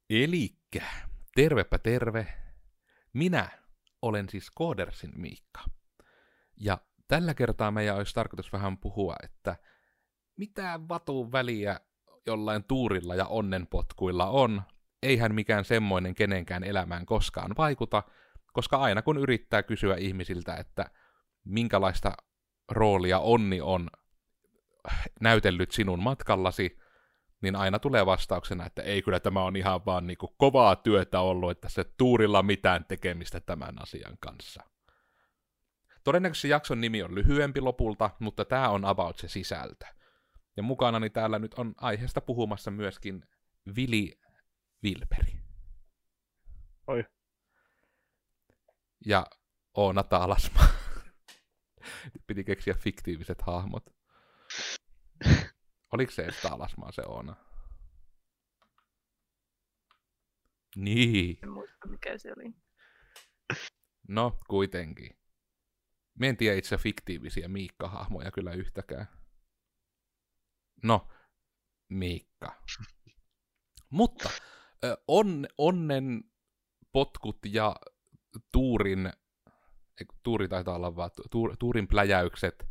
Elikkä, tervepä terve. Minä olen siis Koodersin Miikka. Ja tällä kertaa meidän olisi tarkoitus vähän puhua, että mitä vatuun väliä jollain tuurilla ja onnenpotkuilla on. Eihän mikään semmoinen kenenkään elämään koskaan vaikuta, koska aina kun yrittää kysyä ihmisiltä, että minkälaista roolia onni on näytellyt sinun matkallasi, niin aina tulee vastauksena, että ei kyllä tämä on ihan vaan niinku kovaa työtä ollut, että se tuurilla mitään tekemistä tämän asian kanssa. Todennäköisesti jakson nimi on lyhyempi lopulta, mutta tämä on about se sisältö. Ja mukanani täällä nyt on aiheesta puhumassa myöskin Vili Vilperi. Oi. Ja Oona Taalasmaa. Piti keksiä fiktiiviset hahmot. Oliko se edes Taalasmaa se Oona? Niin. En muista mikä se oli. No, kuitenkin. Me en tiedä itse fiktiivisiä Miikka-hahmoja kyllä yhtäkään. No, Miikka. Mutta onnen potkut ja tuuri taitaa olla vaan, tuurin pläjäykset,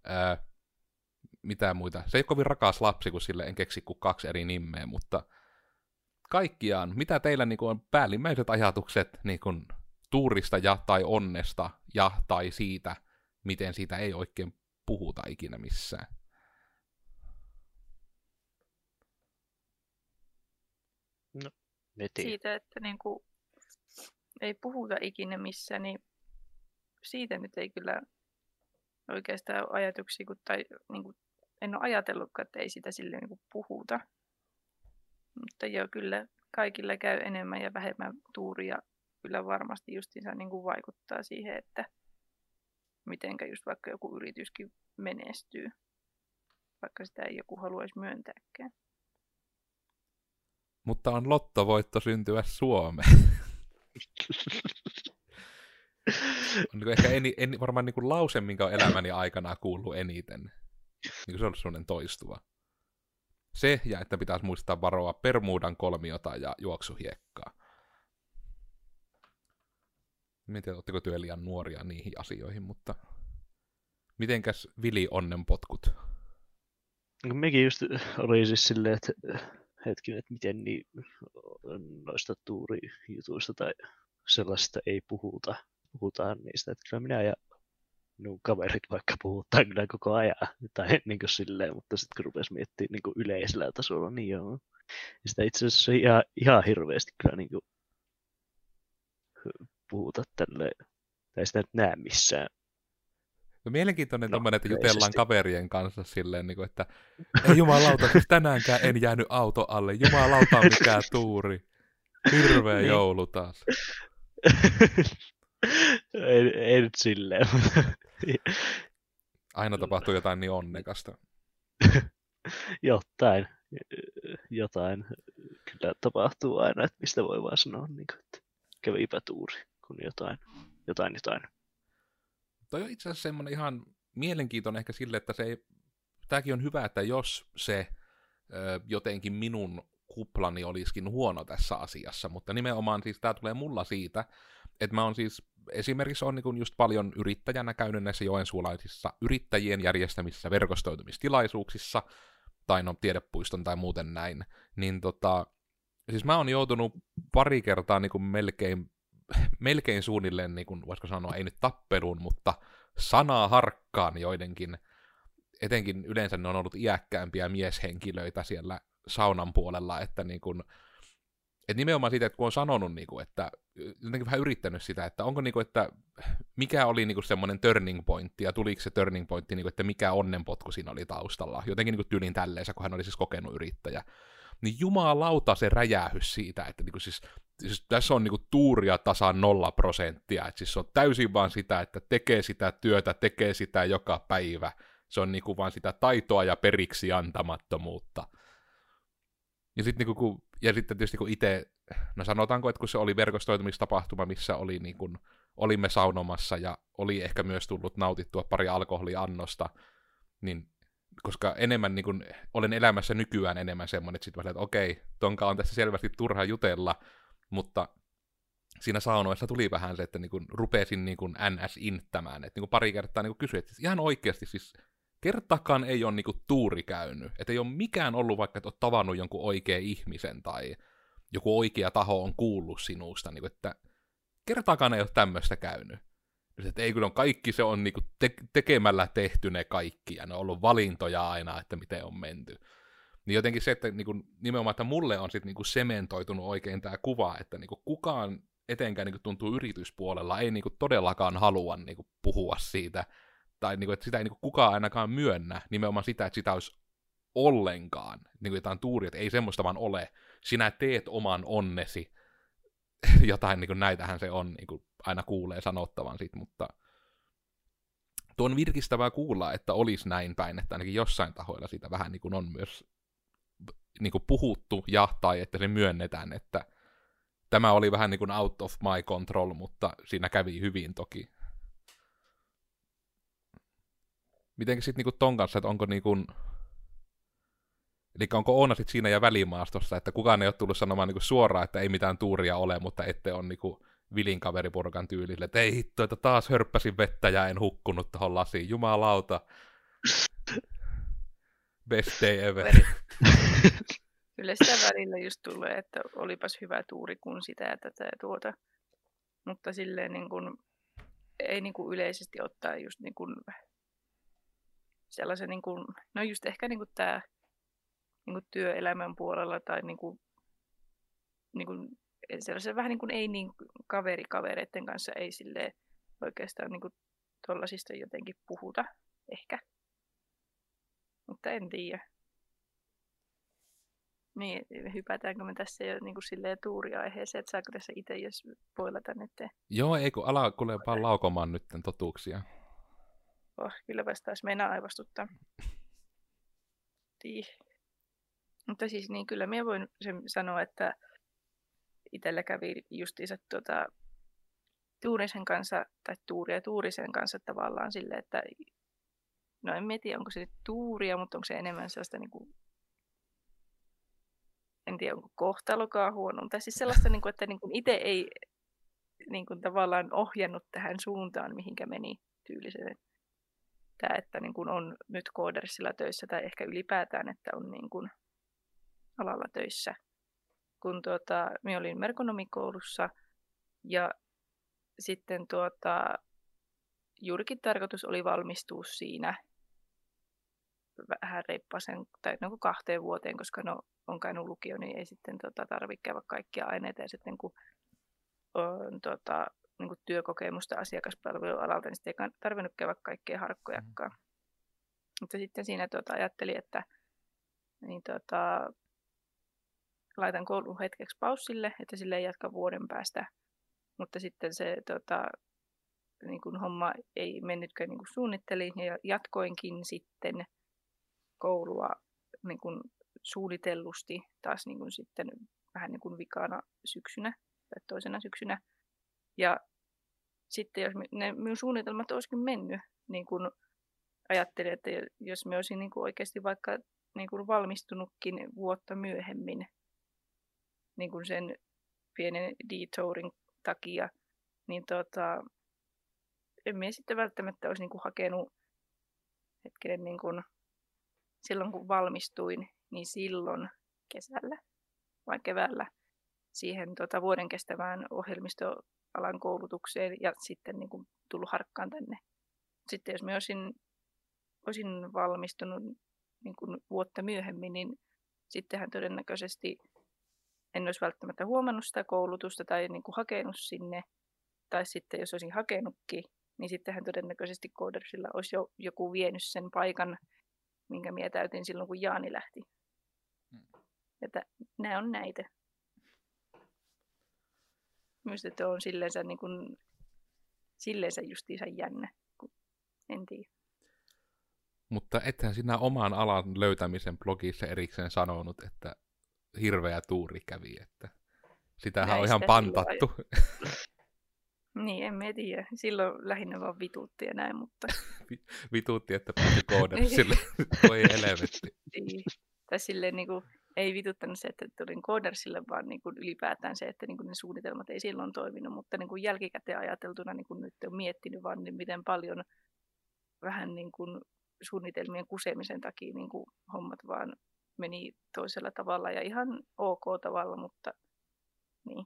mitä muita. Se ei ole kovin rakas lapsi, kun sille en keksi kuin 2 eri nimeä, mutta kaikkiaan, mitä teillä niin kuin on päällimmäiset ajatukset niin kuin tuurista ja tai onnesta ja tai siitä, miten siitä ei oikein puhuta ikinä missään? No, netin. Siitä, että niinku ei puhuta ikinä missään, niin siitä nyt ei kyllä oikeastaan ole ajatuksia, tai niinku, en ole ajatellutkaan, että ei sitä sille niinku puhuta. Mutta joo, kyllä kaikilla käy enemmän ja vähemmän tuuria. Kyllä varmasti justiinsa niinku vaikuttaa siihen, että mitenkä just vaikka joku yrityskin menestyy, vaikka sitä ei joku haluaisi myöntääkään. Mutta on lottovoitto syntyä Suomeen. On niin ehkä varmaan niin lause, minkä on elämäni aikana kuullut eniten. Niin se on sellainen toistuva. Se, ja että pitäisi muistaa varoa Bermudan kolmiota ja juoksuhiekkaa. En tiedä, oletteko työ liian nuoria niihin asioihin, mutta mitenkäs Vili onnenpotkut? No, mekin just oli siis silleen, että hetkinen, että miten niin noista tuurijutuista tai sellaista ei puhuta. Puhutaan niistä, että kyllä minä ja minun kaverit vaikka puhutaan kyllä koko ajan. Tai niin kuin silleen, mutta sitten kun rupesi miettimään niin kuin yleisellä tasolla, niin joo. Ja sitä itse asiassa ihan hirveästi kyllä niin kuin puhuta tälleen. Tai sitä nyt näe missään. No, mielenkiintoinen tommoinen, että jutellaan kaverien kanssa silleen, että ei jumalauta, siis tänäänkään en jäänyt auto alle. Jumalauta, mikä tuuri. Hirveä niin. Joulu taas. ei nyt silleen. Aina tapahtuu jotain niin onnekasta. Jotain kyllä tapahtuu aina, että mistä voi vaan sanoa, että kävipä tuuri, kun jotain. Toi on itse asiassa semmoinen ihan mielenkiintoinen ehkä sille, että tämäkin on hyvä, että jos se jotenkin minun kuplani olisikin huono tässä asiassa, mutta nimenomaan siis tämä tulee mulla siitä, että mä oon siis esimerkiksi on niin just paljon yrittäjänä käynyt näissä joensuulaisissa yrittäjien järjestämissä verkostoitumistilaisuuksissa, tai no tiedepuiston tai muuten näin, niin siis mä oon joutunut pari kertaa niin kuin melkein suunnilleen, niin kuin voisiko sanoa, ei nyt tappeluun, mutta sanaa harkkaan joidenkin, etenkin yleensä ne on ollut iäkkäämpiä mieshenkilöitä siellä saunan puolella, että niin kuin, että nimenomaan siitä, että kun on sanonut, niin kuin, että jotenkin vähän yrittänyt sitä, että onko niin kuin, että mikä oli niin kuin semmoinen turning pointti, ja tuliko se turning pointti, niin kuin, että mikä onnenpotku siinä oli taustalla, jotenkin niin kuin tyylin tälleensä, kun hän oli siis kokenut yrittäjä. Niin jumalauta se räjähys siitä, että niin kuin siis tässä on niin kuin tuuria tasan 0%, että siis se on täysin vaan sitä, että tekee sitä työtä, tekee sitä joka päivä. Se on niin kuin vaan sitä taitoa ja periksi antamattomuutta. Ja sitten niin tietysti kun itse, no sanotaanko, että kun se oli verkostoitumistapahtuma, missä oli niin kuin, olimme saunomassa ja oli ehkä myös tullut nautittua pari alkoholiannosta, niin koska enemmän niin kuin, olen elämässä nykyään enemmän semmoinen, että sitten että okei, tonkaan on tässä selvästi turha jutella, mutta siinä saunoissa tuli vähän se, että niin kuin, rupesin niin kuin NS-inttämään, että niin kuin pari kertaa niin kuin kysyin, että ihan oikeasti siis kertakaan ei ole niin kuin tuuri käynyt, että ei ole mikään ollut vaikka, että olet tavannut jonkun oikean ihmisen tai joku oikea taho on kuullut sinusta, niin kuin, että kertaakaan ei ole tämmöistä käynyt. Että ei kyllä on kaikki, se on niinku tekemällä tehty ne kaikki, ja ne on ollut valintoja aina, että miten on menty. Niin jotenkin se, että niinku, nimenomaan, että mulle on sitten niinku sementoitunut oikein tämä kuva, että niinku, kukaan etenkään niinku, tuntuu yrityspuolella, ei niinku, todellakaan halua niinku, puhua siitä, tai niinku, että sitä ei niinku, kukaan ainakaan myönnä, nimenomaan sitä, että sitä olisi ollenkaan, niinku, jotain tuuria, että ei semmoista vaan ole, sinä teet oman onnesi, jotain niin kuin näitähän se on, niin kuin aina kuulee sanottavan sit, mutta tuo on virkistävää kuulla, että olisi näin päin, että ainakin jossain tahoilla siitä vähän niin kuin on myös niin kuin puhuttu tai että se myönnetään, että tämä oli vähän niin kuin out of my control, mutta siinä kävi hyvin toki. Mitenkin sitten niin ton kanssa, että onko niin kuin, eli onko Oona sitten siinä ja välimaastossa, että kukaan ei ole tullut sanomaan niinku suoraan, että ei mitään tuuria ole, mutta ette ole niinku Vilin kaveriporukan tyylille, että ei hitto, että taas hörppäsin vettä ja en hukkunut tuohon lasiin, jumalauta. Best day ever. Kyllä sitä välillä just tulee, että olipas hyvä tuuri kun sitä ja tätä ja tuota. Mutta silleen niin kuin, ei niin kuin yleisesti ottaa just niin kuin sellaisen, niin kuin, no just ehkä niin kuin tämä niin kuin työelämän puolella tai niin kuin sellaisen vähän niin kuin ei niin kavereiden kanssa ei silleen oikeastaan niin kuin tollasista jotenkin puhuta ehkä. Mutta en tiedä. Niin, hypätäänkö me tässä jo niin kuin silleen tuuriaiheeseen, että saako tässä itse jos poilata nyt? Joo, ei kun ala kuule vaan laukomaan nyt totuuksia. Kyllä vastaisi meinaa aivastuttaa. Mutta siis niin kyllä minä voin sen sanoa, että itsellä kävi justiinsa Tuurisen kanssa, tai Tuurisen kanssa tavallaan silleen, että no en tiedä, onko se nyt tuuria, mutta onko se enemmän sellaista niin kuin, en tiedä, onko kohtalokaan huono, tai siis sellaista, niin kuin, että niin kuin itse ei niin kuin, tavallaan ohjannut tähän suuntaan, mihinkä meni tyylisen. Tämä, että niin kuin on nyt Koodersilla töissä, tai ehkä ylipäätään, että on niin kuin alalla töissä. Kun minä olin merkonomikoulussa, ja sitten juurikin tarkoitus oli valmistua siinä vähän reippasen, tai 2 vuoteen, koska on käynyt lukio, niin ei sitten tarvitse käydä kaikkia aineita, ja sitten kun on niin kuin työkokemusta asiakaspalvelualalta, niin sitten ei tarvinnut käydä kaikkea harkkojakaan. Mutta sitten siinä ajattelin, että niin laitan koulun hetkeksi paussille, että sille ei jatka vuoden päästä. Mutta sitten se niin kuin homma ei mennytkään niin kuin suunnittelin ja jatkoinkin sitten koulua niin kuin suunnitellusti taas niin kuin sitten vähän niin kuin vikana syksynä tai toisena syksynä. Ja sitten jos ne minun suunnitelmat olisikin mennyt, niin kuin ajattelin, että jos me olisin niin kuin oikeasti vaikka niin kuin valmistunutkin vuotta myöhemmin niin kuin sen pienen detourin takia, niin en minä sitten välttämättä olisi niin kuin hakenut niin kuin silloin kun valmistuin, niin silloin kesällä vai keväällä siihen vuoden kestävään ohjelmistoalan koulutukseen ja sitten niin kuin tullut harkkaan tänne. Sitten jos minä olisin valmistunut niin kuin vuotta myöhemmin, niin sittenhän todennäköisesti en olisi välttämättä huomannut sitä koulutusta tai niin kuin hakenut sinne. Tai sitten jos olisin hakenutkin, niin sittenhän todennäköisesti Koodersilla olisi joku vienyt sen paikan, minkä minä täytin silloin, kun Jaani lähti. Että nämä on näitä. Minusta että on silleensä justiinsa jännä, en tiedä. Mutta ethän sinä oman alan löytämisen blogissa erikseen sanonut, että hirveä tuuri kävi, että sitähän näin on ihan pantattu. Niin, en tiedä. Silloin lähinnä vaan vituutti ja näin, mutta... Vituutti, että pääsi koodersille. Voi helvetti. Niin. Tai silleen niin kuin, ei vituttanut se, että tulin koodersille, vaan niin kuin ylipäätään se, että niin kuin ne suunnitelmat ei silloin toiminut. Mutta niin kuin jälkikäteen ajateltuna niin kuin nyt on miettinyt vaan, niin miten paljon vähän niin kuin suunnitelmien kusemisen takia niin kuin hommat vaan meni toisella tavalla ja ihan ok tavalla, mutta niin.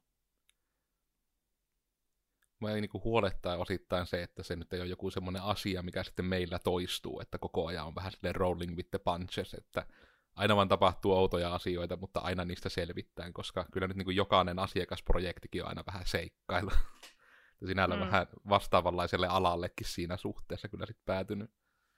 Mua niinku huolettaa osittain se, että se nyt ei ole joku semmoinen asia, mikä sitten meillä toistuu, että koko ajan on vähän silleen rolling with the punches, että aina vaan tapahtuu outoja asioita, mutta aina niistä selvittään, koska kyllä nyt niinku jokainen asiakasprojektikin on aina vähän seikkailu. Sinällä vähän vastaavanlaiselle alallekin siinä suhteessa kyllä sitten päätynyt.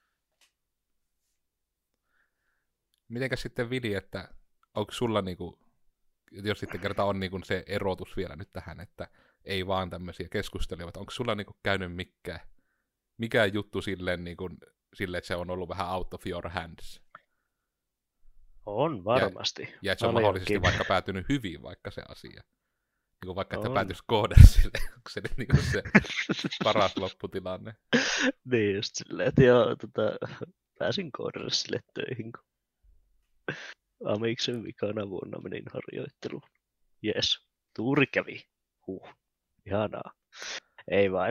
Mitenkäs sitten Vili, että onko sulla niinku, jos sitten kerta on niinku se erotus vielä nyt tähän, että ei vaan tämmöisiä keskusteluja, onko sulla niinku käynyt mikään juttu silleen, niinku, että se on ollut vähän out of your hands? On varmasti. Ja että se on mahdollisesti vaikka päätynyt hyvin vaikka se asia. Niin vaikka että päätyisi koodersille, onko se nyt niinku se paras lopputilanne? Niin just silleen, että joo, pääsin koodersille töihin, kun Amiksen vikana vuonna menin harjoitteluun. Jes, tuuri kävi. Ihanaa. Ei vaan,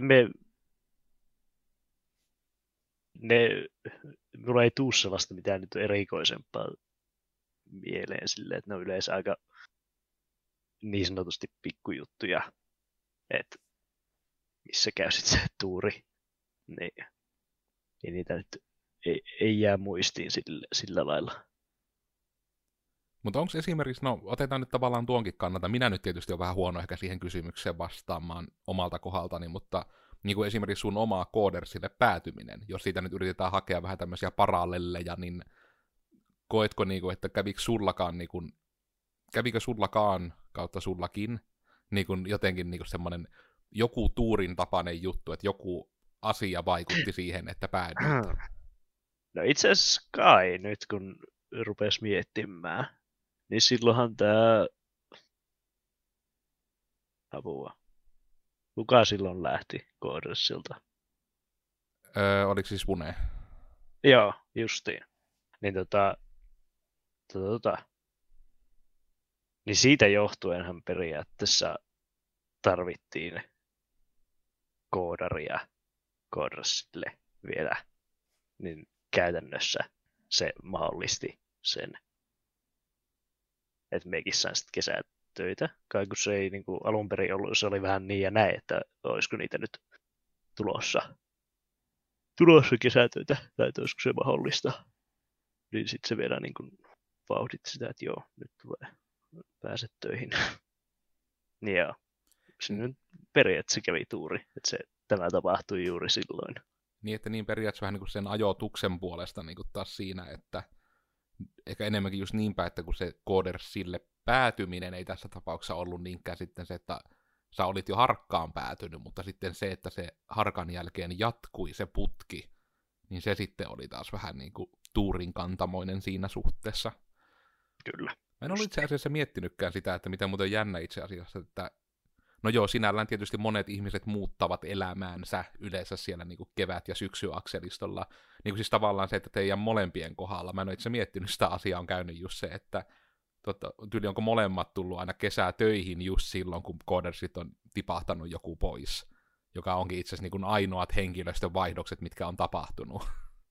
mulla ei tuu sellaista mitään nyt erikoisempaa mieleen silleen, että ne on yleensä aika niin sanotusti pikkujuttuja, että missä käy sitten se tuuri. Niin. Ei niitä nyt ei jää muistiin sillä lailla. Mutta onko esimerkiksi, no otetaan nyt tavallaan tuonkin kannalta, minä nyt tietysti olen vähän huono ehkä siihen kysymykseen vastaamaan omalta kohdaltani, mutta niin kuin esimerkiksi sun omaa koodersille päätyminen, jos siitä nyt yritetään hakea vähän tämmöisiä parallelleja, niin koetko, niin kuin, että kävikö sullakaan kautta sullakin niin kuin jotenkin niin kuin semmoinen joku tuurin tapainen juttu, että joku asia vaikutti siihen, että päädyit? No itse asiassa kai nyt, kun rupesi miettimään, niin silloinhan tämä apua. Kuka silloin lähti koodersilta? Oliko siis Vune? Joo, justiin. Niin niin siitä johtuenhan periaatteessa tarvittiin koodaria koodersille vielä. Niin käytännössä se mahdollisti sen, että mekin sain sitten kesätöitä. Kai kun se ei niin kuin alun perin ollut, se oli vähän niin ja näin, että olisiko niitä nyt tulossa kesätöitä, tai olisiko se mahdollista. Niin sitten se vielä niin kuin vauhditti sitä, että joo, nyt pääset töihin. Niin joo, se nyt periaatteessa kävi tuuri, että tämä tapahtui juuri silloin. Niin, että niin periaatteessa vähän niin kuin sen ajotuksen puolesta niin kuin taas siinä, että ehkä enemmänkin just niin päin, että kun se koodersille päätyminen ei tässä tapauksessa ollut niinkään sitten se, että sä olit jo harkkaan päätynyt, mutta sitten se, että se harkan jälkeen jatkui se putki, niin se sitten oli taas vähän niin kuin tuurin kantamoinen siinä suhteessa. Kyllä. Mä en ollut itse asiassa miettinytkään sitä, että mitä muuten jännä itse asiassa, että no joo, sinällään tietysti monet ihmiset muuttavat elämäänsä yleensä siellä niin kuin kevät- ja syksyakselistalla. Niin kuin siis tavallaan se, että teidän molempien kohdalla, mä en ole itse miettinyt sitä asiaa, on käynyt just se, että tyyli onko molemmat tullut aina kesää töihin just silloin, kun koodersit on tipahtanut joku pois, joka onkin itse asiassa niin kuin ainoat henkilöstön vaihdokset, mitkä on tapahtunut.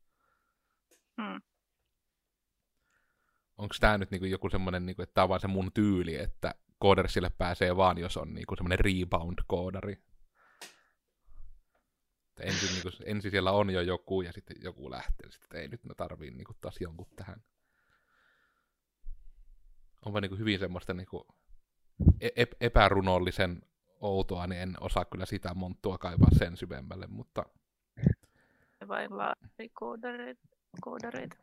Onko tämä nyt niin kuin joku semmoinen, niin kuin, että tämä on vaan se mun tyyli, että koodersille pääsee vaan, jos on niinku semmoinen rebound-koodari. Ensin siellä on jo joku, ja sitten joku lähtee. Sitten ei nyt me tarvii niinku taas jonkun tähän. On vaan niinku hyvin semmoista niinku epärunollisen outoa, niin en osaa kyllä sitä monttua kaivaa sen syvemmälle, mutta... Vai koodareita.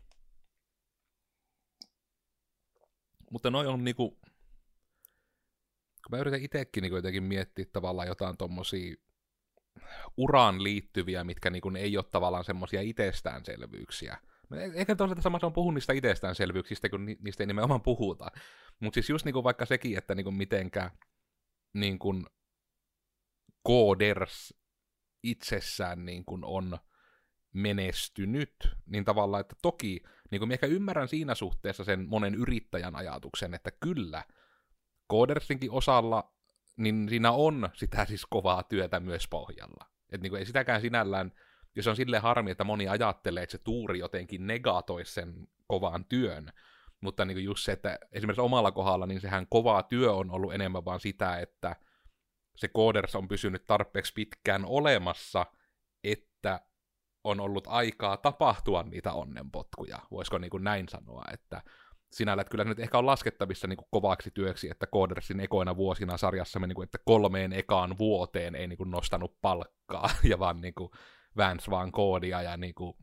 Mutta noi on niinku... Kun mä yritän itsekin niin jotenkin miettiä tavallaan jotain tommosia uraan liittyviä, mitkä niin ei ole tavallaan semmosia itsestäänselvyyksiä. Eikä toisaalta samassa on puhunut niistä itsestäänselvyyksistä, kun niistä ei nimenomaan puhuta. Mutta siis just niin vaikka sekin, että niin mitenkä niin Coders itsessään niin kuin on menestynyt, niin tavallaan, että toki, niin kuin ehkä ymmärrän siinä suhteessa sen monen yrittäjän ajatuksen, että kyllä, Codersinkin osalla, niin siinä on sitä siis kovaa työtä myös pohjalla. Että niin kuin ei sitäkään sinällään, jos on silleen harmi, että moni ajattelee, että se tuuri jotenkin negatoisi sen kovaan työn, mutta niin kuin just se, että esimerkiksi omalla kohdalla, niin sehän kovaa työ on ollut enemmän vaan sitä, että se Coders on pysynyt tarpeeksi pitkään olemassa, että on ollut aikaa tapahtua niitä onnenpotkuja, voisiko niin kuin näin sanoa, että sinällä, että kyllä se nyt ehkä on laskettavissa niin kuin kovaksi työksi, että Codersin ekoina vuosina sarjassa niin kuin, että 3 ekaan vuoteen ei niin kuin nostanut palkkaa, ja vaan niin kuin väänsi vaan koodia, ja niin kuin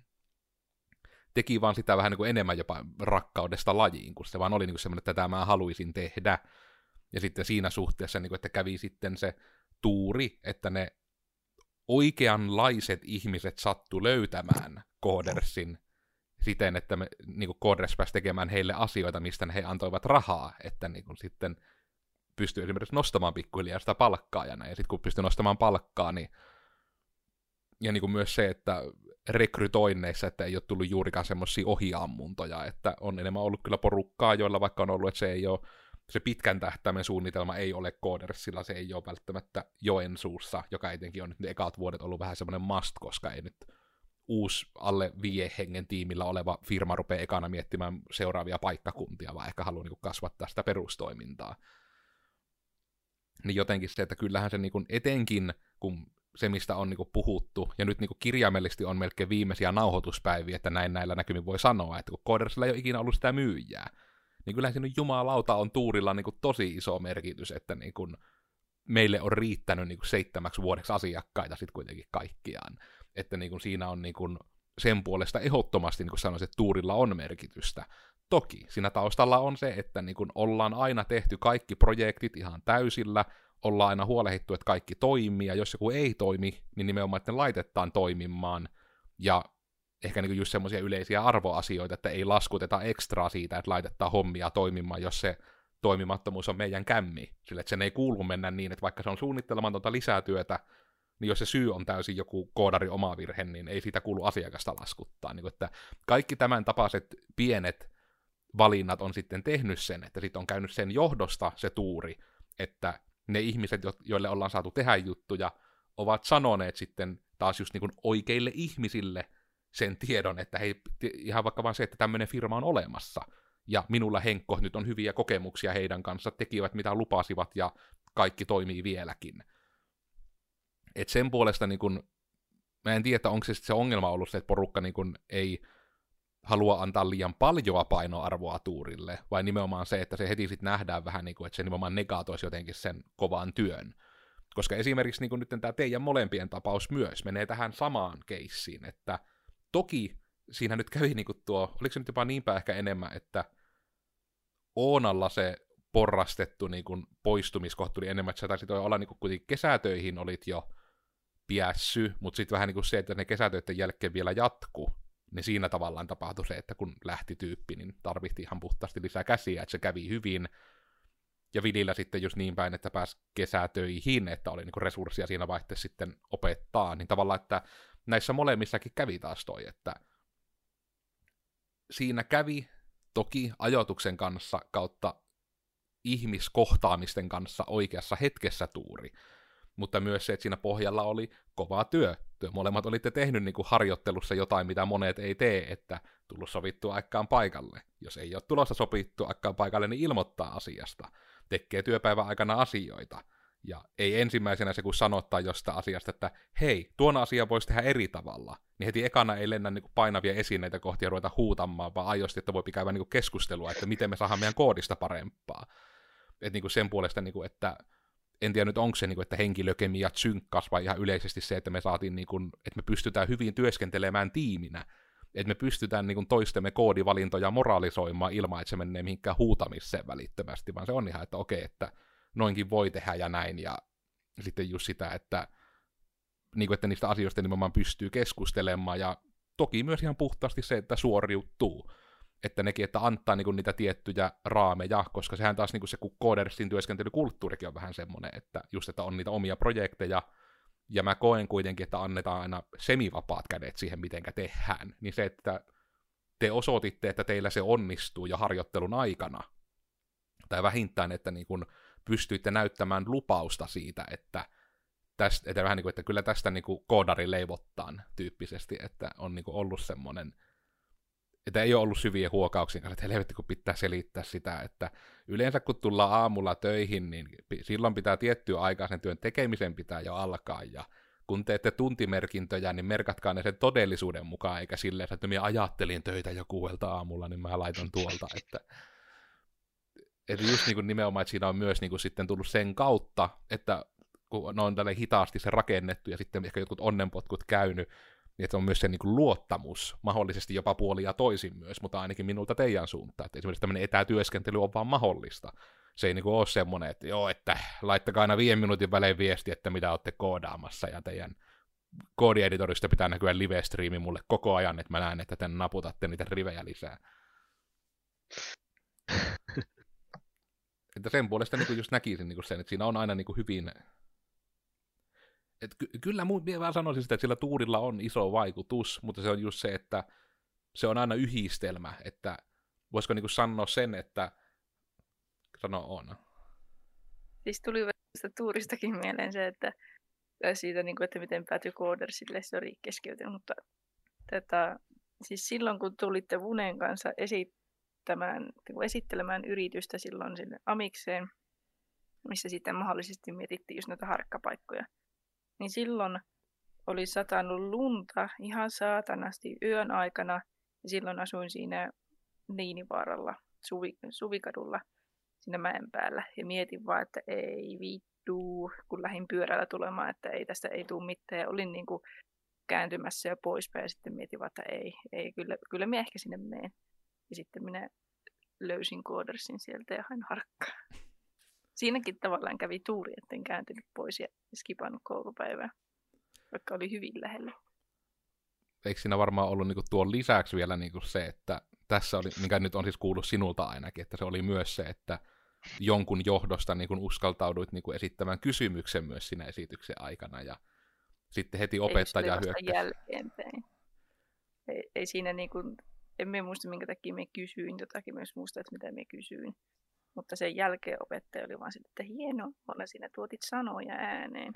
teki vaan sitä vähän niin kuin enemmän jopa rakkaudesta lajiin, kun se vaan oli niin kuin semmoinen, että tätä mä haluaisin tehdä, ja sitten siinä suhteessa, niin kuin, että kävi sitten se tuuri, että ne oikeanlaiset ihmiset sattu löytämään Codersin siten, että me, niin kuin Coders pääsi tekemään heille asioita, mistä he antoivat rahaa, että niin kuin sitten pystyi esimerkiksi nostamaan pikkuhiljaa sitä palkkaa, ja sitten kun pystyi nostamaan palkkaa, niin ja niin kuin myös se, että rekrytoinneissa, että ei ole tullut juurikaan semmoisia ohiammuntoja, että on enemmän ollut kyllä porukkaa, joilla vaikka on ollut, että se ei ole, se pitkän tähtäimen suunnitelma ei ole Codersilla, se ei ole välttämättä Joensuussa, joka etenkin on nyt ne ekat vuodet ollut vähän semmoinen must, koska ei nyt uusi alle 5 hengen tiimillä oleva firma rupea ekana miettimään seuraavia paikkakuntia, vaan ehkä haluaa niin kuin kasvattaa sitä perustoimintaa. Niin jotenkin se, että kyllähän se niin kuin etenkin, kun se, mistä on niin kuin puhuttu, ja nyt niin kuin kirjaimellisesti on melkein viimeisiä nauhoituspäiviä, että näillä näkymin voi sanoa, että kun Codersilla ei ole ikinä ollut sitä myyjää, niin kyllähän siinä jumalauta on tuurilla niin kuin tosi iso merkitys, että niin kuin meille on riittänyt niin kuin 7 vuodeksi asiakkaita sitten kuitenkin kaikkiaan. Että niin kuin siinä on niin kuin sen puolesta ehdottomasti, niin kuin sanoisin, että tuurilla on merkitystä. Toki siinä taustalla on se, että niin kuin ollaan aina tehty kaikki projektit ihan täysillä, ollaan aina huolehdittu, että kaikki toimii, ja jos joku ei toimi, niin nimenomaan, että ne laitetaan toimimaan, ja ehkä niin kuin just semmoisia yleisiä arvoasioita, että ei laskuteta ekstraa siitä, että laitetaan hommia toimimaan, jos se toimimattomuus on meidän kämmi, sillä että sen ei kuulu mennä niin, että vaikka se on suunnittelematonta lisätyötä, niin jos se syy on täysin joku koodarin oma virhe, niin ei siitä kuulu asiakasta laskuttaa. Niin kuin, että kaikki tämän tapaiset pienet valinnat on sitten tehnyt sen, että sitten on käynyt sen johdosta se tuuri, että ne ihmiset, joille ollaan saatu tehdä juttuja, ovat sanoneet sitten taas just niin kuin oikeille ihmisille sen tiedon, että hei, ihan vaikka vaan se, että tämmöinen firma on olemassa, ja minulla Henkko nyt on hyviä kokemuksia heidän kanssa, tekivät mitä lupasivat, ja kaikki toimii vieläkin. Et sen puolesta, niin kun, mä en tiedä, onko se ongelma ollut se, että porukka niin kun ei halua antaa liian paljoa painoarvoa tuurille, vai nimenomaan se, että se heti sitten nähdään vähän niin kuin, että se nimenomaan negatoisi jotenkin sen kovan työn. Koska esimerkiksi niin kuin nyt tämä teidän molempien tapaus myös menee tähän samaan keissiin, että toki siinä nyt kävi niin kuin tuo, oliko se nyt jopa niinpä ehkä enemmän, että Oonalla se porrastettu niin kuin poistumiskohta tuli enemmän, että sä taisit olla niin kuin kuitenkin kesätöihin olit jo piässy, mutta sitten vähän niin kuin se, että ne kesätöiden jälkeen vielä jatkuu, niin siinä tavallaan tapahtui se, että kun lähti tyyppi, niin tarvittiin ihan puhtaasti lisää käsiä, että se kävi hyvin. Ja Vilillä sitten just niin päin, että pääsi kesätöihin, että oli niinku resursseja siinä vaihteessa sitten opettaa, niin tavallaan, että näissä molemmissakin kävi taas toi, että siinä kävi toki ajoituksen kanssa kautta ihmiskohtaamisten kanssa oikeassa hetkessä tuuri, mutta myös se, että siinä pohjalla oli kova työ. Molemmat olitte tehnyt niin kuin harjoittelussa jotain, mitä monet ei tee, että tullut sovittua aikaan paikalle. Jos ei ole tulossa sovittua aikaan paikalle, niin ilmoittaa asiasta. Tekee työpäivän aikana asioita. Ja ei ensimmäisenä se, kun sanottaa jostain asiasta, että hei, tuon asian voisi tehdä eri tavalla, niin heti ekana ei lennä niin kuin painavia esineitä kohti ja ruveta huutamaan, vaan aidosti, että voi käydä niin kuin keskustelua, että miten me saadaan meidän koodista parempaa. Että niin kuin sen puolesta, niin kuin, että en tiedä nyt onko se, että henkilökemiat synkkas vai ihan yleisesti se, että me saatiin, että me pystytään hyvin työskentelemään tiiminä, että me pystytään toistemme koodivalintoja moralisoimaan ilman, että se menee mihinkään huutamiseen välittömästi, vaan se on ihan, että okei, että noinkin voi tehdä ja näin, ja sitten just sitä, että niistä asioista nimenomaan pystyy keskustelemaan, ja toki myös ihan puhtaasti se, että suoriutuu, että nekin, että antaa niitä tiettyjä raameja, koska sehän taas se, kun Codersin työskentelykulttuurikin on vähän semmoinen, että just, että on niitä omia projekteja, ja mä koen kuitenkin, että annetaan aina semivapaat kädet siihen, mitenkä tehdään, niin se, että te osoititte, että teillä se onnistuu jo harjoittelun aikana, tai vähintään, että niin kun pystyitte näyttämään lupausta siitä, että vähän niin kuin, että kyllä tästä niin kuin koodari leivottaan tyyppisesti, että on niin kuin ollut semmoinen, että ei ole ollut syvien huokauksien kanssa, että helvetti kun pitää selittää sitä, että yleensä kun tullaan aamulla töihin, niin silloin pitää tiettyä aikaa sen työn tekemisen pitää jo alkaa, ja kun teette tuntimerkintöjä, niin merkatkaa ne sen todellisuuden mukaan, eikä silleen, että minä ajattelin töitä jo 6 aamulla, niin mä laitan tuolta, että just niin kuin nimenomaan, että siinä on myös niin kuin sitten tullut sen kautta, että kun ne on tälle hitaasti se rakennettu, ja sitten ehkä jotkut onnenpotkut käynyt, niin että on myös se niin kuin luottamus, mahdollisesti jopa puoli ja toisin myös, mutta ainakin minulta teidän suuntaan, että esimerkiksi tämmöinen etätyöskentely on vaan mahdollista. Se ei niin kuin ole semmoinen, että joo, että laittakaa aina 5 minuutin välein viesti, että mitä olette koodaamassa, ja teidän koodieditorista pitää näkyä live-striimi mulle koko ajan, että mä näen, että te naputatte niitä rivejä lisää. Että sen puolesta niin just näkisin niin sen, että siinä on aina niin hyvin... Kyllä minä vaan sanoisin sitä, että sillä tuurilla on iso vaikutus, mutta se on just se, että se on aina yhdistelmä, että voisiko niin sanoa sen, että on. Siis tuli tästä tuuristakin mieleen se, että siitä, niin kuin, että miten päätyi Codersille, se oli keskeytynyt, mutta siis silloin kun tulitte Vunen kanssa esittelemään yritystä silloin sinne Amikseen, missä sitten mahdollisesti mietittiin just näitä harkkapaikkoja, niin silloin oli satanut lunta ihan saatanasti yön aikana, ja silloin asuin siinä Niinivaaralla, Suvikadulla, siinä mäen päällä, ja mietin vaan, että ei vittu, kun lähdin pyörällä tulemaan, että ei tästä ei tule mitään, ja olin niin kuin kääntymässä ja poispäin, ja sitten mietin vaan, että ei kyllä minä ehkä sinne menen. Ja sitten minä löysin Codersin sieltä ja hain harkkaa. Siinäkin tavallaan kävi tuuri, etten kääntynyt pois ja skipannut koulupäivää, vaikka oli hyvin lähellä. Eikö siinä varmaan ollut niinku tuon lisäksi vielä niinku se, että tässä oli, mikä nyt on siis kuullut sinulta ainakin, että se oli myös se, että jonkun johdosta niinku uskaltauduit niinku esittämään kysymyksen myös siinä esityksen aikana, ja sitten heti opettaja hyökkäsi. Jälkeenpäin. Ei siinä niinku, en minä muista minkä takia minä kysyin jotakin, myös muista, että mitä minä kysyin. Mutta sen jälkeen opettaja oli vaan sitten, että hieno, Oona, sinä tuotit sanoja ääneen.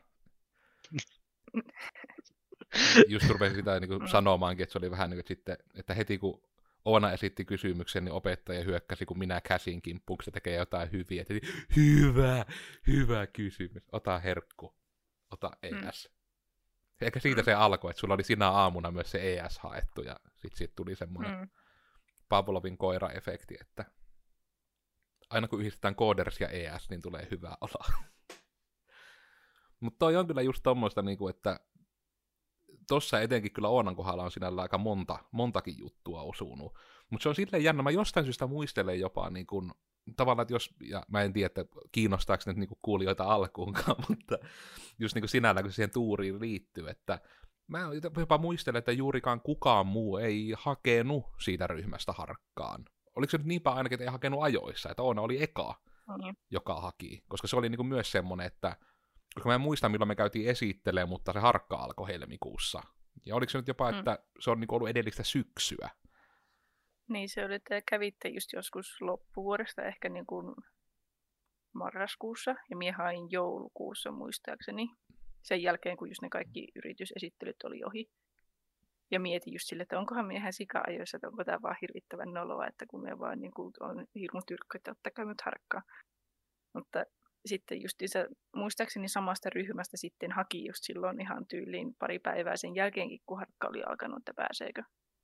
Just rupesin sitä niin sanomaankin, että se oli vähän niin kuin sitten, että heti kun Oona esitti kysymyksen, niin opettaja hyökkäsi, kun minä käsin kimppuun, se tekee jotain hyviä. Että hyvä kysymys, ota herkku, ota ES. Eikä siitä se alkoi, että sulla oli sinä aamuna myös se ES haettu, ja sitten siitä tuli semmoinen Pavlovin koira-efekti, että aina kun yhdistetään Coders ja ES, niin tulee hyvää oloa. Mutta toi on kyllä just tommoista, että tossa etenkin kyllä Oonan kohdalla on sinällä aika montakin juttua osunut. Mutta se on silleen jännä, mä jostain syystä muistelen jopa tavallaan, että jos, ja mä en tiedä, että kiinnostaako nyt kuulijoita alkuunkaan, mutta just sinällä, kun se siihen tuuriin liittyy, että mä jopa muistelen, että juurikaan kukaan muu ei hakenut siitä ryhmästä harkkaan. Oliko se nyt niinpä ainakin, että ei hakenut ajoissa, että Oona oli eka, joka haki. Koska se oli myös semmoinen, että koska mä en muista, milloin me käytiin esittelemään, mutta se harkka alkoi helmikuussa. Ja oliko se nyt jopa, että se on ollut edellistä syksyä? Niin, se oli, että kävitte just joskus loppuvuodesta, ehkä marraskuussa, ja minä hain joulukuussa muistaakseni. Sen jälkeen, kun just ne kaikki yritysesittelyt oli ohi. Ja mietin just sille, että onkohan minä ihan sika-ajoissa, että onko tämä vaan hirvittävän noloa, että kun minä vaan on hirmu tyrkkä, että ottakaa minut harkkaa. Mutta sitten just muistaakseni samasta ryhmästä sitten haki just silloin ihan tyyliin pari päivää sen jälkeenkin, kun harkka oli alkanut, että pääseekö.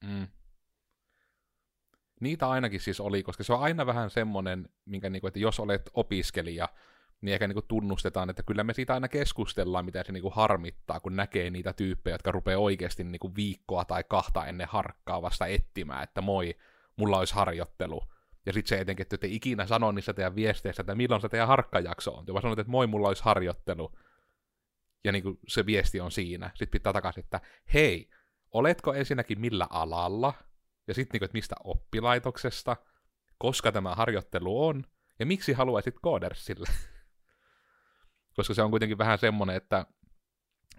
Niitä ainakin siis oli, koska se on aina vähän semmoinen, minkä, että jos olet opiskelija, niin ehkä tunnustetaan, että kyllä me siitä aina keskustellaan, mitä se harmittaa, kun näkee niitä tyyppejä, jotka rupeaa oikeasti viikkoa tai 2 ennen harkkaa vasta etsimään, että moi, mulla olisi harjoittelu. Ja sitten se etenkin, että te ikinä sano niissä teidän viesteissä, että milloin se teidän harkkajakso on. Vaan sanot, että moi, mulla olisi harjoittelu. Ja se viesti on siinä. Sitten pitää takaisin, että hei, oletko ensinnäkin millä alalla? Ja sitten, että mistä oppilaitoksesta? Koska tämä harjoittelu on? Ja miksi haluaisit Codersille? Koska se on kuitenkin vähän semmoinen, että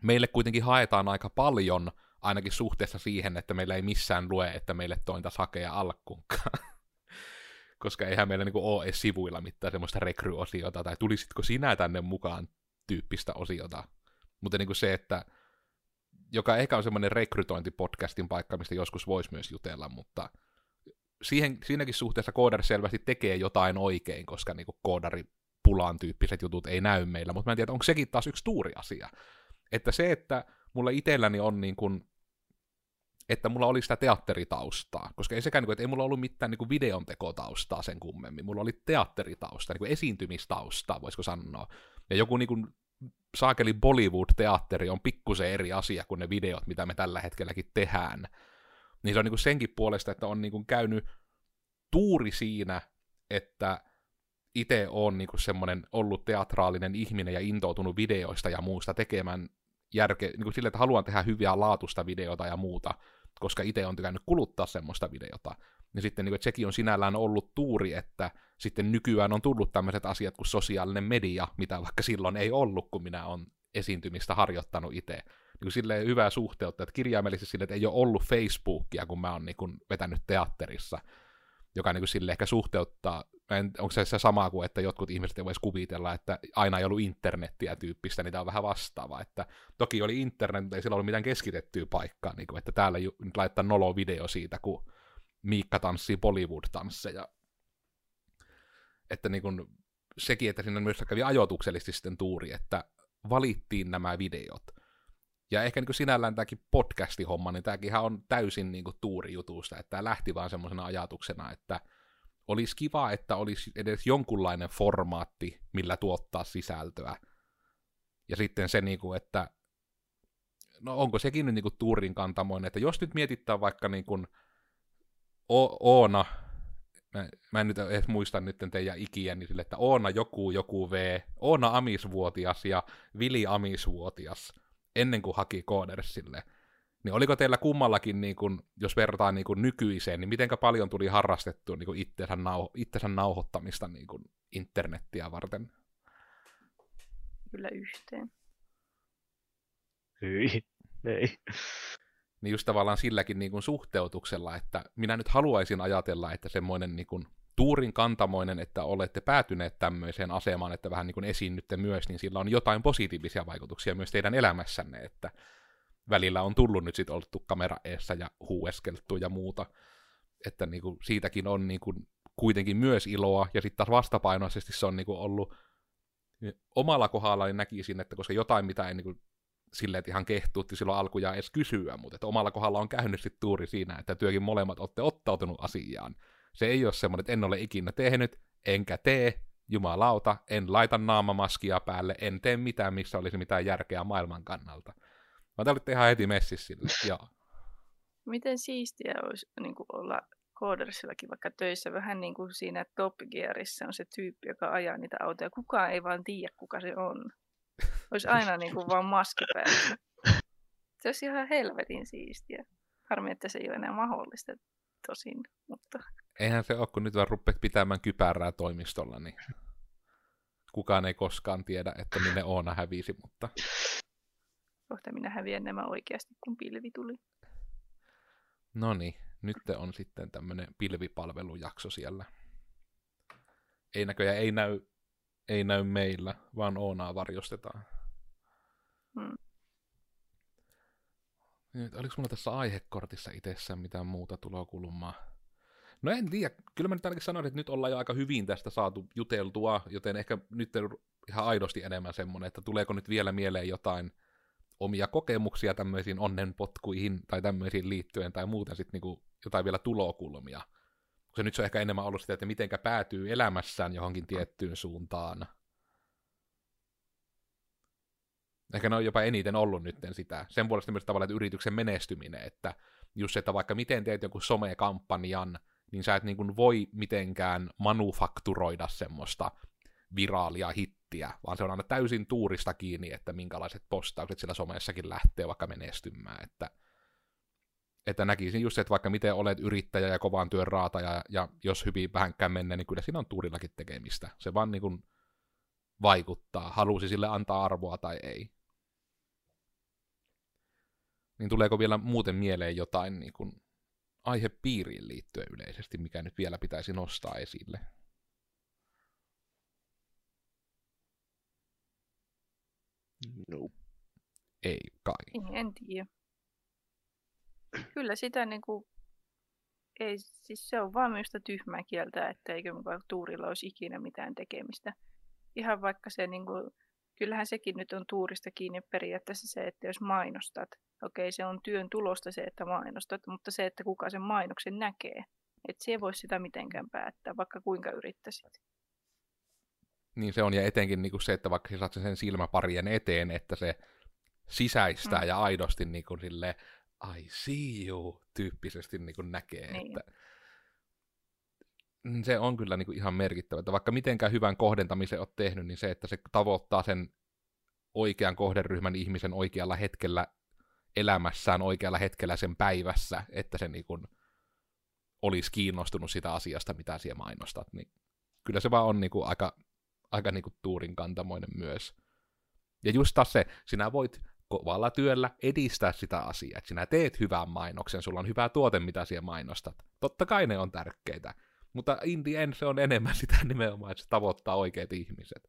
meille kuitenkin haetaan aika paljon, ainakin suhteessa siihen, että meillä ei missään lue, että meille tointaisi hakea alkkuunkaan. Koska eihän meillä niinku ole edes sivuilla mitään semmoista rekryosiota, tai tulisitko sinä tänne mukaan tyyppistä osiota. Mutta niinku se, että joka ehkä on semmoinen rekrytointipodcastin paikka, mistä joskus voisi myös jutella, mutta siinäkin suhteessa koodari selvästi tekee jotain oikein, koska niinku koodaripulaan tyyppiset jutut ei näy meillä, mutta mä en tiedä, onko sekin taas yksi tuuriasia. Että se, että mulla itselläni on niin kuin, että mulla oli sitä teatteritaustaa, koska ei sekään, että ei mulla ollut mitään niin kuin videontekotaustaa sen kummemmin, mulla oli teatteritausta, niin kuin esiintymistaustaa, voisiko sanoa. Ja joku niin kuin saakeli Bollywood-teatteri on pikkusen eri asia kuin ne videot, mitä me tällä hetkelläkin tehdään. Niin se on niin kuin senkin puolesta, että on niin kuin käynyt tuuri siinä, että itse on niin kuin semmoinen ollut teatraalinen ihminen ja intoutunut videoista ja muusta tekemään niin kuin sille, että haluan tehdä hyviä laatusta videota ja muuta, koska itse on tykännyt kuluttaa semmoista videota. Ja sitten niin kuin, että sekin on sinällään ollut tuuri, että sitten nykyään on tullut tämmöiset asiat kuin sosiaalinen media, mitä vaikka silloin ei ollut, kun minä olen esiintymistä harjoittanut itse. Niin kuin silleen hyvää suhteutta, että kirjaimellisesti sille, että ei ole ollut Facebookia, kun mä oon niin kuin vetänyt teatterissa, joka niin kuin sille ehkä suhteuttaa, onko se samaa kuin, että jotkut ihmiset ei voisi kuvitella, että aina ei ollut internettiä tyyppistä, niin tämä on vähän vastaavaa, että toki oli internet, mutta ei sillä ollut mitään keskitettyä paikkaa, niin kuin, että täällä nyt laittaa nolo-video siitä, kun Miikka tanssii Bollywood-tansseja. Että niin kuin, sekin, että siinä myös kävi ajoituksellisesti sitten tuuri, että valittiin nämä videot. Ja ehkä niin kuin sinällään tämäkin podcasti-homma, niin tämäkin on täysin niin kuin tuurijutusta, että tämä lähti vaan semmoisena ajatuksena, että olisi kiva, että olisi edes jonkunlainen formaatti, millä tuottaa sisältöä. Ja sitten se, niin kuin, että no onko sekin nyt niin kuin tuurin kantamoinen, että jos nyt mietitään vaikka niin kuin Oona, mä en nyt edes muista nyt teidän ikiä, niin sille, että Oona joku V, Oona amisvuotias ja Vili amisvuotias, ennen kuin haki Koodersille. Niin oliko teillä kummallakin, niin kun, jos verrataan niin kun nykyiseen, niin mitenkä paljon tuli harrastettua niin kun itsensä nauhoittamista niin kun internettiä varten? Kyllä yhteen. Hyi, ei. Niin just tavallaan silläkin niin kun suhteutuksella, että minä nyt haluaisin ajatella, että semmoinen niin kun tuurin kantamoinen, että olette päätyneet tämmöiseen asemaan, että vähän niin kun esiinnytte myös, niin sillä on jotain positiivisia vaikutuksia myös teidän elämässänne, että välillä on tullut nyt sitten oltu kamera eessä ja huueskeltu ja muuta, että niinku siitäkin on niinku kuitenkin myös iloa, ja sitten taas vastapainoisesti se on niinku ollut omalla kohdalla, niin näkisin, että koska jotain, mitä ei niinku silleen, että ihan kehtuutti silloin alkujaan edes kysyä, mutta että omalla kohdalla on käynyt sitten tuuri siinä, että työkin molemmat olette ottautunut asiaan. Se ei ole semmoinen, että en ole ikinä tehnyt, enkä tee, jumalauta, en laita naamamaskia päälle, en tee mitään, missä olisi mitään järkeä maailman kannalta. Mä te olitte ihan heti messissä sille, joo. Miten siistiä olisi niin kuin olla Koodersillakin vaikka töissä, vähän niin kuin siinä Top Gearissa on se tyyppi, joka ajaa niitä autoja. Kukaan ei vaan tiedä, kuka se on. Olisi aina niin kuin vaan maski päällä. Se olisi ihan helvetin siistiä. Harmi, että se ei ole enää mahdollista tosin, mutta... Eihän se ole, kun nyt vaan rupeat pitämään kypärää toimistolla, niin kukaan ei koskaan tiedä, että minne Oona hävisi, mutta... Kohta minä häviän nämä oikeasti, kun pilvi tuli. Noniin, nyt on sitten tämmöinen pilvipalvelujakso siellä. Ei näköjään, ei näy meillä, vaan Oonaa varjostetaan. Nyt, oliko mulla tässä aihekortissa itsessään mitään muuta tulokulmaa? No en tiedä, kyllä mä nyt ainakin sanoin, että nyt ollaan jo aika hyvin tästä saatu juteltua, joten ehkä nyt on ihan aidosti enemmän semmoinen, että tuleeko nyt vielä mieleen jotain omia kokemuksia tämmöisiin onnenpotkuihin tai tämmöisiin liittyen tai muuten sitten niinku jotain vielä tulokulmia. Koska nyt se on ehkä enemmän ollut sitä, että mitenkä päätyy elämässään johonkin tiettyyn suuntaan. Ehkä ne on jopa eniten ollut nyt sitä. Sen puolesta myös tavallaan, että yrityksen menestyminen, että just se, että vaikka miten teet jonkun somekampanjan, niin sä et niin kuin voi mitenkään manufakturoida semmoista viraalia hittiä, vaan se on aina täysin tuurista kiinni, että minkälaiset postaukset sillä somessakin lähtee vaikka menestymään. Että näkisin just se, että vaikka miten olet yrittäjä ja kovan työn raataja, ja jos hyvin vähänkään menee, niin kyllä siinä on tuurillakin tekemistä. Se vaan niin kuin vaikuttaa, halusi sille antaa arvoa tai ei. Niin tuleeko vielä muuten mieleen jotain niin kuin aihepiiriin liittyen yleisesti, mikä nyt vielä pitäisi nostaa esille? No. Ei kai. En tiedä. Kyllä sitä niinku, ei, siis se on vaan minusta tyhmää kieltä, että eikö mukaan tuurilla olisi ikinä mitään tekemistä. Ihan vaikka se niinku, kyllähän sekin nyt on tuurista kiinni periaatteessa se, että jos mainostat, okei se on työn tulosta se, että mainostat, mutta se, että kuka sen mainoksen näkee, että se ei voi sitä mitenkään päättää, vaikka kuinka yrittäisit. Niin se on, ja etenkin niinku se, että vaikka sä saat sen silmäparien eteen, että se sisäistää ja aidosti niinku silleen, I see you, tyyppisesti niinku näkee, Niin. että se on kyllä niinku ihan merkittävä, että vaikka mitenkään hyvän kohdentamisen oot tehnyt, niin se, että se tavoittaa sen oikean kohderyhmän ihmisen oikealla hetkellä elämässään, oikealla hetkellä sen päivässä, että se niinku olisi kiinnostunut sitä asiasta, mitä siellä mainostat, niin kyllä se vaan on niinku aika niinku tuurin kantamoinen myös. Ja just taas se, sinä voit kovalla työllä edistää sitä asiaa, että sinä teet hyvän mainoksen, sulla on hyvä tuote, mitä siellä mainostat. Totta kai ne on tärkeitä, mutta in the end se on enemmän sitä nimenomaan, että se tavoittaa oikeat ihmiset.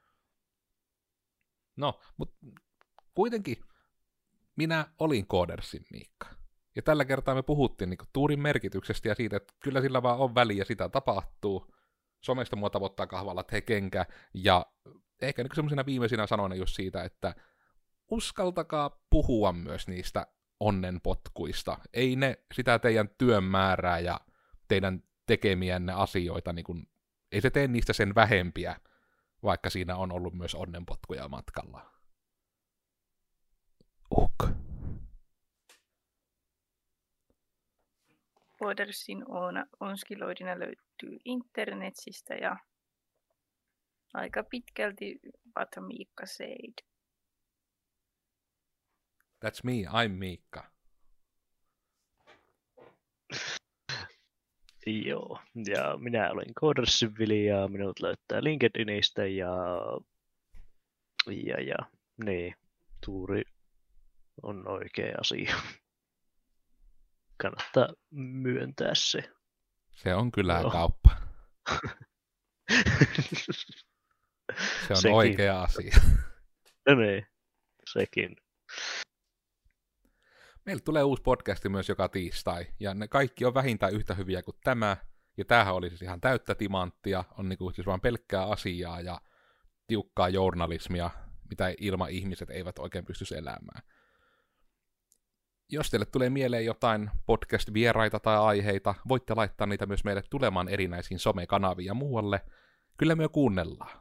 No, mutta kuitenkin minä olin Codersin Miikka. Ja tällä kertaa me puhuttiin niin tuurin merkityksestä ja siitä, että kyllä sillä vaan on väliä, sitä tapahtuu. Somesta mua tavoittaa kahvalla tekenkä, ja ehkä niin semmoisena viimeisinä sanoina just siitä, että uskaltakaa puhua myös niistä onnenpotkuista. Ei ne sitä teidän työn määrää ja teidän tekemiänne asioita, niin kun, ei se tee niistä sen vähempiä, vaikka siinä on ollut myös onnenpotkuja matkalla. Codersin onskiloidina löytyy internetsistä ja aika pitkälti what Miikka said. That's me, I'm Miikka. Joo, ja minä olen Codersin Vili ja minut löytää LinkedInistä ja niin, tuuri on oikea asia. Kannattaa myöntää se. Se on kyllä Joo. kauppa. Se on Sekin. oikea asia. No niin, sekin. Meillä tulee uusi podcasti myös joka tiistai, ja ne kaikki on vähintään yhtä hyviä kuin tämä, ja tämähän oli siis ihan täyttä timanttia, on niinku siis vaan pelkkää asiaa ja tiukkaa journalismia, mitä ilman ihmiset eivät oikein pystyisi elämään. Jos teille tulee mieleen jotain podcast-vieraita tai aiheita, voitte laittaa niitä myös meille tulemaan erinäisiin somekanaviin ja muualle. Kyllä me kuunnellaan.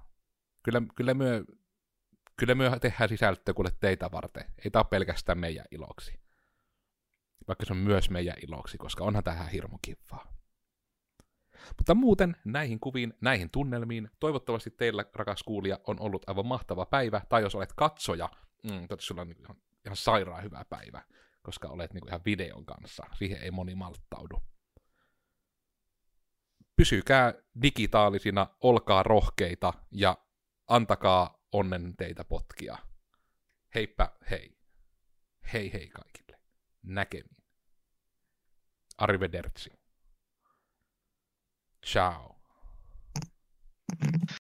Kyllä me tehdään sisältöä kuule teitä varten. Ei tää ole pelkästään meidän iloksi. Vaikka se on myös meidän iloksi, koska onhan tähän hirmu kivaa. Mutta muuten näihin kuviin, näihin tunnelmiin, toivottavasti teillä, rakas kuulija, on ollut aivan mahtava päivä, tai jos olet katsoja, sulla on ihan sairaan hyvä päivä, koska olet ihan videon kanssa. Siihen ei moni malttaudu. Pysykää digitaalisina, olkaa rohkeita ja antakaa onnen teitä potkia. Heippa hei. Hei hei kaikille. Näkemiin. Arrivederci. Ciao.